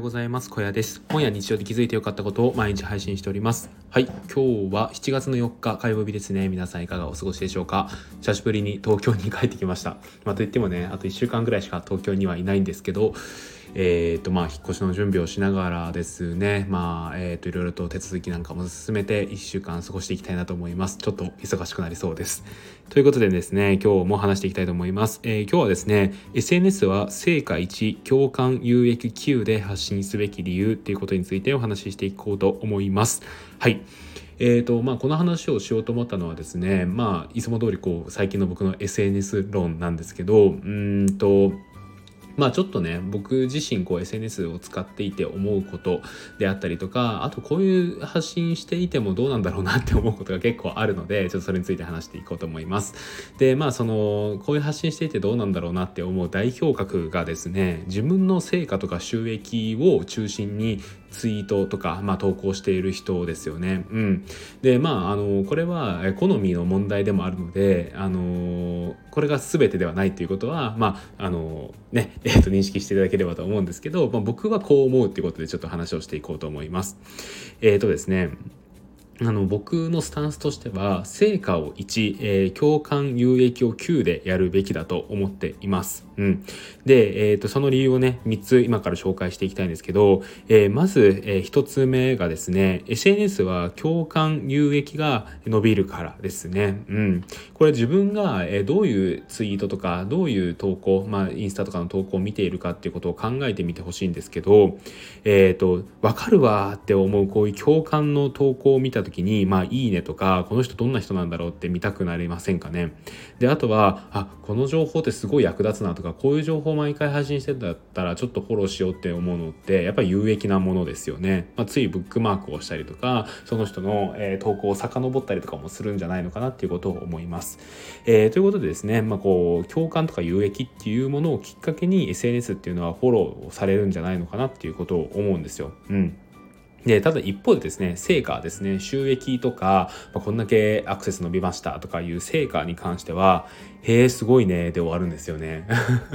うございます。小屋です。本や日常で気づいてよかったことを毎日配信しております。はい、今日は7月の4日火曜日ですね。皆さんいかがお過ごしでしょうか。久しぶりに東京に帰ってきました。といってもね、あと1週間ぐらいしか東京にはいないんですけど、引っ越しの準備をしながらですね、いろいろと手続きなんかも進めて1週間過ごしていきたいなと思います。ちょっと忙しくなりそうです。ということでですね、今日も話していきたいと思います。今日はですね、SNS は成果1、共感有益9で発信すべき理由っていうことについてお話ししていこうと思います。はい。この話をしようと思ったのはですね、いつも通り最近の僕の SNS 論なんですけど、ちょっとね、僕自身SNS を使っていて思うことであったりとか、あとこういう発信していてもどうなんだろうなって思うことが結構あるので、ちょっとそれについて話していこうと思います。で、こういう発信していてどうなんだろうなって思う代表格がですね、自分の成果とか収益を中心にツイートとか、投稿している人ですよね。で、これは好みの問題でもあるので、これが全てではないということは、認識していただければと思うんですけど、僕はこう思うということでちょっと話をしていこうと思います。ですね、僕のスタンスとしては成果を1、共感有益を9でやるべきだと思っています。で、その理由をね3つ今から紹介していきたいんですけど、まず、1つ目がですね、 SNS は共感有益が伸びるからですね。これ自分がどういうツイートとかどういう投稿、インスタとかの投稿を見ているかっていうことを考えてみてほしいんですけど、わかるわって思うこういう共感の投稿を見た時に、いいねとかこの人どんな人なんだろうって見たくなりませんかね。で、あとはこの情報ってすごい役立つなとか、こういう情報を毎回配信してんだったらちょっとフォローしようって思うのってやっぱり有益なものですよね。ついブックマークをしたりとか、その人の、投稿を遡ったりとかもするんじゃないのかなっていうことを思います。ということでですね、共感とか有益っていうものをきっかけに SNS っていうのはフォローされるんじゃないのかなっていうことを思うんですよ。で、ただ一方でですね、成果ですね、収益とか、こんだけアクセス伸びましたとかいう成果に関しては、へえ、すごいね、で終わるんですよね。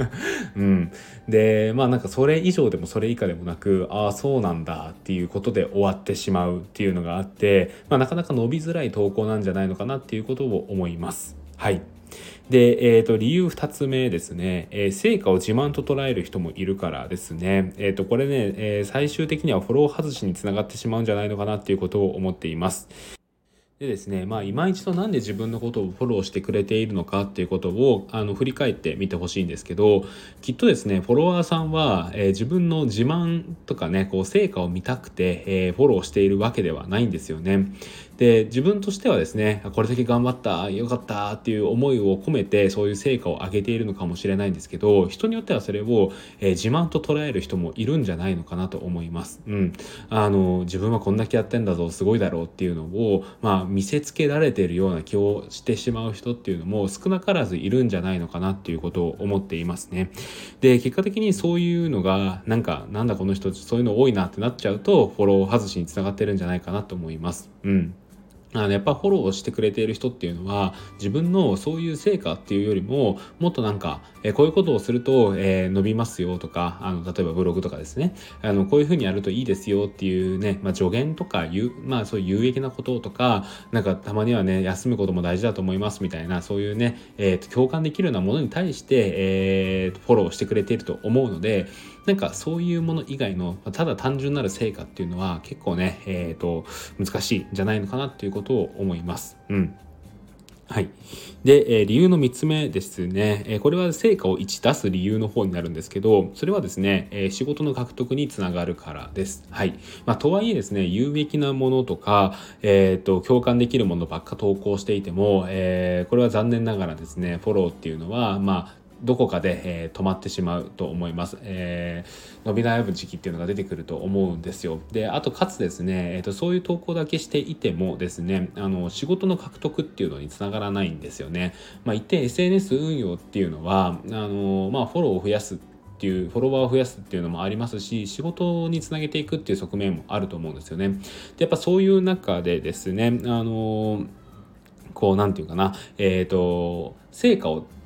で、それ以上でもそれ以下でもなく、ああ、そうなんだっていうことで終わってしまうっていうのがあって、なかなか伸びづらい投稿なんじゃないのかなっていうことを思います。はい。で、理由2つ目ですね、成果を自慢と捉える人もいるからですね。これね、最終的にはフォロー外しにつながってしまうんじゃないのかなっていうことを思っています。でですね、今一度なんで自分のことをフォローしてくれているのかっていうことを振り返ってみてほしいんですけど、きっとですね、フォロワーさんは、自分の自慢とかね、成果を見たくて、フォローしているわけではないんですよね。で、自分としてはですね、これだけ頑張った、よかったっていう思いを込めてそういう成果を上げているのかもしれないんですけど、人によってはそれを、自慢と捉える人もいるんじゃないのかなと思います。自分はこんだけやってんだぞ、すごいだろうっていうのを、見せつけられているような気をしてしまう人っていうのも少なからずいるんじゃないのかなっていうことを思っていますね。で、結果的にそういうのがなんだこの人そういうの多いなってなっちゃうと、フォロー外しにつながってるんじゃないかなと思います。やっぱフォローしてくれている人っていうのは自分のそういう成果っていうよりももっとこういうことをすると、伸びますよとか、例えばブログとかですね、こういうふうにやるといいですよっていうね、助言とかそういう有益なこととか、たまにはね休むことも大事だと思いますみたいな、そういうね、共感できるようなものに対して、フォローしてくれていると思うので、そういうもの以外のただ単純なる成果っていうのは結構ね、難しいんじゃないのかなっていうことを思います。はい。で、理由の3つ目ですね。これは成果を1出す理由の方になるんですけど、それはですね、仕事の獲得につながるからです。はい。とはいえですね、有益なものとか、共感できるものばっか投稿していても、これは残念ながらですね、フォローっていうのは、どこかで、止まってしまうと思います。伸び悩む時期っていうのが出てくると思うんですよ。で、あとかつですね、そういう投稿だけしていてもですね、仕事の獲得っていうのにつながらないんですよね。一定 SNS 運用っていうのはフォローを増やすっていうフォロワーを増やすっていうのもありますし、仕事につなげていくっていう側面もあると思うんですよね。で、やっぱそういう中でですね、なんていうかな、成果をね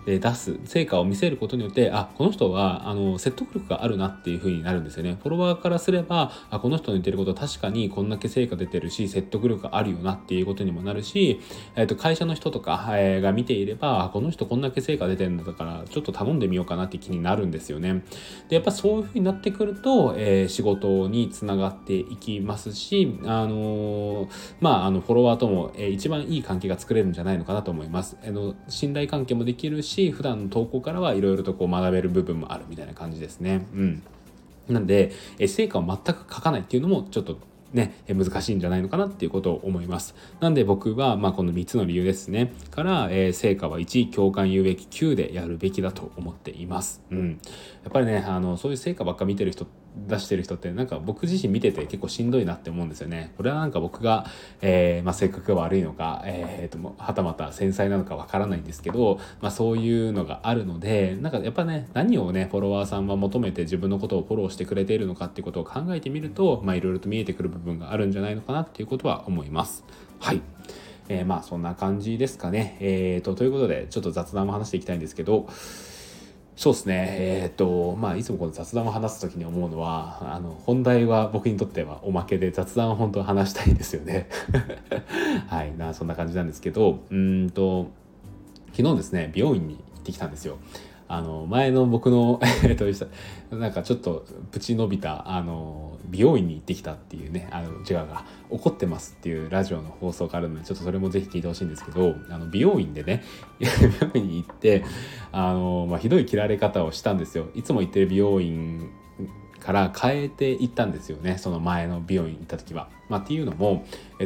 出す成果を見せることによって、この人は説得力があるなっていう風になるんですよね。フォロワーからすれば、この人の言ってること確かにこんだけ成果出てるし説得力があるよなっていうことにもなるし、会社の人とか、が見ていれば、この人こんだけ成果出てるんだからちょっと頼んでみようかなって気になるんですよね。でやっぱそういう風になってくると、仕事につながっていきますし、フォロワーとも、一番いい関係が作れるんじゃないのかなと思います。信頼関係もできるし、普段の投稿からはいろいろと学べる部分もあるみたいな感じですね。なんで、成果を全く書かないっていうのもちょっとね、難しいんじゃないのかなっていうことを思います。なんで僕は、この3つの理由ですねから、成果は1、共感有べき9でやるべきだと思っています。やっぱりね、そういう成果ばっか見てる人、出してる人ってなんか僕自身見てて結構しんどいなって思うんですよね。これはなんか僕が、性格が悪いのか、はたまた繊細なのかわからないんですけど、そういうのがあるので、なんかやっぱね、何をねフォロワーさんは求めて自分のことをフォローしてくれているのかっていうことを考えてみると、いろいろと見えてくる部分があるんじゃないのかなっていうことは思います。はい。そんな感じですかね。ということでちょっと雑談も話していきたいんですけど、そうですね。いつもこの雑談を話すときに思うのは、本題は僕にとってはおまけで、雑談を本当は話したいんですよね。はい、そんな感じなんですけど、昨日ですね、美容院に行ってきたんですよ。前の僕のなんかちょっとプチ伸びた美容院に行ってきたっていうね、違うが怒ってますっていうラジオの放送があるので、ちょっとそれもぜひ聞いてほしいんですけど、美容院でね美容院に行ってひどい切られ方をしたんですよ。いつも行ってる美容院から変えていったんですよね、その前の美容院行った時は。っていうのも、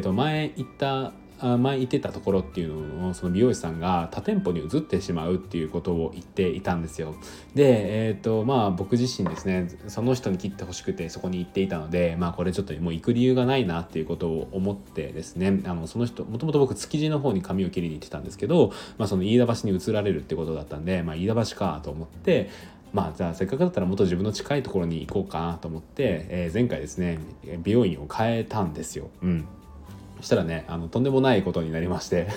前行ってたところっていうのを、その美容師さんが他店舗に移ってしまうっていうことを言っていたんですよ。で、僕自身ですね、その人に切ってほしくてそこに行っていたので、これちょっともう行く理由がないなっていうことを思ってですね、その人、もともと僕築地の方に髪を切りに行ってたんですけど、その飯田橋に移られるってことだったんで、飯田橋かと思って、じゃあせっかくだったらもっと自分の近いところに行こうかなと思って、前回ですね美容院を変えたんですよ。そしたらね、とんでもないことになりまして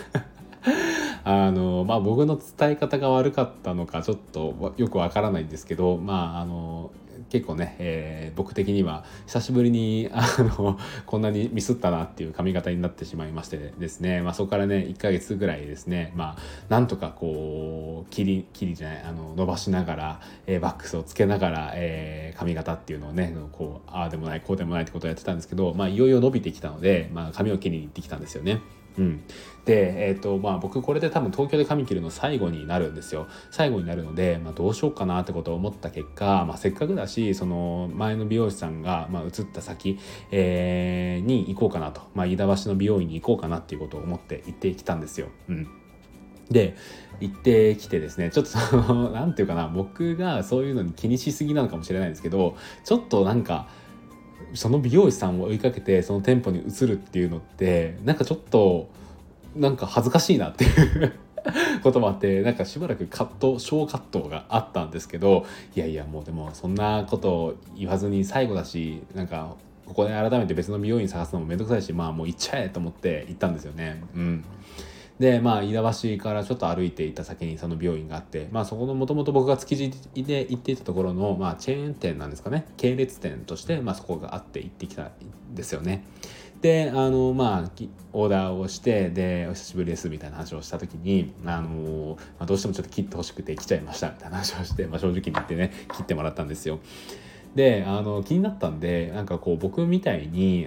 僕の伝え方が悪かったのかちょっとよくわからないんですけど、結構ね、僕的には久しぶりにこんなにミスったなっていう髪型になってしまいましてですね、そこからね1ヶ月ぐらいですね、なんとかこう伸ばしながら、バックスをつけながら、髪型っていうのをねこうああでもないこうでもないってことをやってたんですけど、いよいよ伸びてきたので、髪を切りに行ってきたんですよね。で、僕これで多分東京で髪切るの最後になるんですよ。最後になるので、どうしようかなってことを思った結果、せっかくだしその前の美容師さんが、移った先、に行こうかなと、飯田橋の美容院に行こうかなっていうことを思って行ってきたんですよ。で行ってきてですね、ちょっとなんていうかな、僕がそういうのに気にしすぎなのかもしれないんですけど、ちょっとなんかその美容師さんを追いかけてその店舗に移るっていうのってなんかちょっとなんか恥ずかしいなっていうこともあって、なんかしばらく小葛藤があったんですけど、いやもうでもそんなことを言わずに最後だし、なんかここで改めて別の美容院探すのもめんどくさいし、もう行っちゃえと思って行ったんですよね。で飯田橋からちょっと歩いていった先にその美容院があって、そこのもともと僕が築地で行っていたところの、チェーン店なんですかね、系列店として、そこがあって行ってきたんですよね。でオーダーをして、でお久しぶりですみたいな話をした時に、どうしてもちょっと切ってほしくて来ちゃいましたみたいな話をして、正直に言ってね切ってもらったんですよ。で気になったんで、なんかこう僕みたいに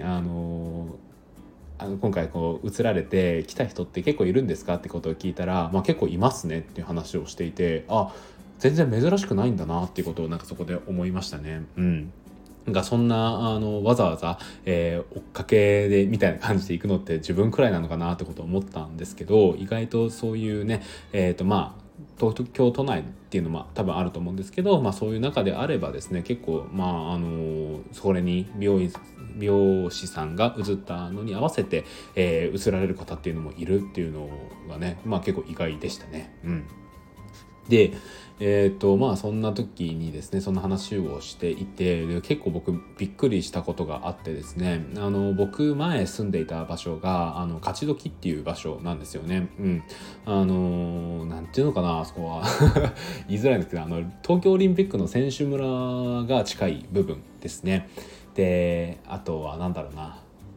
今回こう移られて来た人って結構いるんですかってことを聞いたら、結構いますねっていう話をしていて、全然珍しくないんだなっていうことをなんかそこで思いましたね。なんかそんなわざわざ、追っかけでみたいな感じで行くのって自分くらいなのかなってことを思ったんですけど、意外とそういうね東京都内っていうのも多分あると思うんですけど、そういう中であればですね、結構それに美容師さんが移ったのに合わせて、移られる方っていうのもいるっていうのがね、結構意外でしたね。でまあそんな時にですね、そんな話をしていて、で結構僕びっくりしたことがあってですね、僕前住んでいた場所が勝どきっていう場所なんですよね。なんていうのかな、あそこは言いづらいんですけど、東京オリンピックの選手村が近い部分ですね。で、あとはなんだろうな、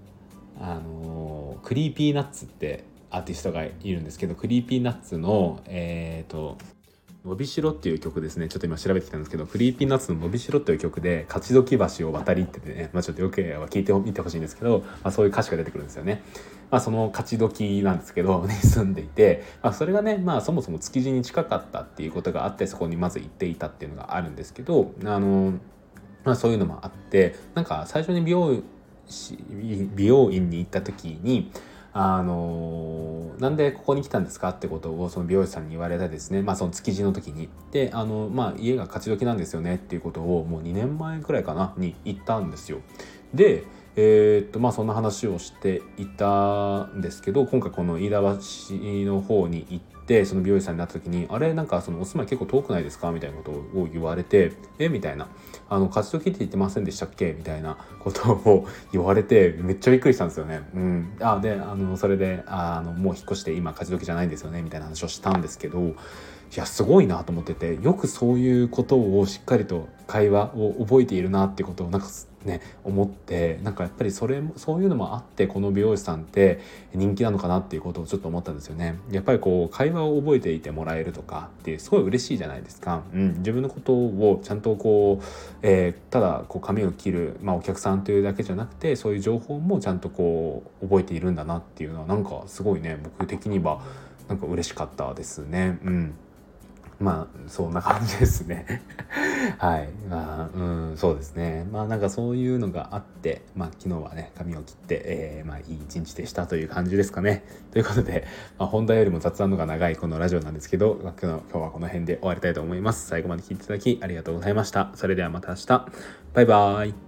クリーピーナッツってアーティストがいるんですけど、クリーピーナッツののびしろっていう曲ですね。ちょっと今調べてきたんですけど、クリーピーナッツののびしろっていう曲で勝どき橋を渡りってね、ちょっとよく聞いてみてほしいんですけど、そういう歌詞が出てくるんですよね。その勝どきなんですけど、ね、住んでいて、それがね、そもそも築地に近かったっていうことがあって、そこにまず行っていたっていうのがあるんですけど、そういうのもあって、なんか最初に美容院に行った時に、なんでここに来たんですかってことをその美容師さんに言われたですね、その築地の時に、で家が勝どきなんですよねっていうことをもう2年前くらいかなに言ったんですよ。でそんな話をしていたんですけど、今回この飯田橋の方に行ってその美容師さんになった時に、あれなんかそのお住まい結構遠くないですかみたいなことを言われて、みたいな、勝どきって言ってませんでしたっけみたいなことを言われて、めっちゃびっくりしたんですよね。でそれでもう引っ越して今勝どきじゃないんですよねみたいな話をしたんですけど、いやすごいなと思ってて、よくそういうことをしっかりと会話を覚えているなってことをなんかね思って、なんかやっぱりそういうのもあってこの美容師さんって人気なのかなっていうことをちょっと思ったんですよね。やっぱりこう会話を覚えていてもらえるとかってすごい嬉しいじゃないですか。自分のことをちゃんとこう、ただこう髪を切る、お客さんというだけじゃなくて、そういう情報もちゃんとこう覚えているんだなっていうのはなんかすごいね、僕的にはなんか嬉しかったですね。そんな感じですねはい、そうですね。なんかそういうのがあって、昨日はね髪を切って、いい一日でしたという感じですかね。ということで、本題よりも雑談のが長いこのラジオなんですけど、今日はこの辺で終わりたいと思います。最後まで聞いていただきありがとうございました。それではまた明日。バイバーイ。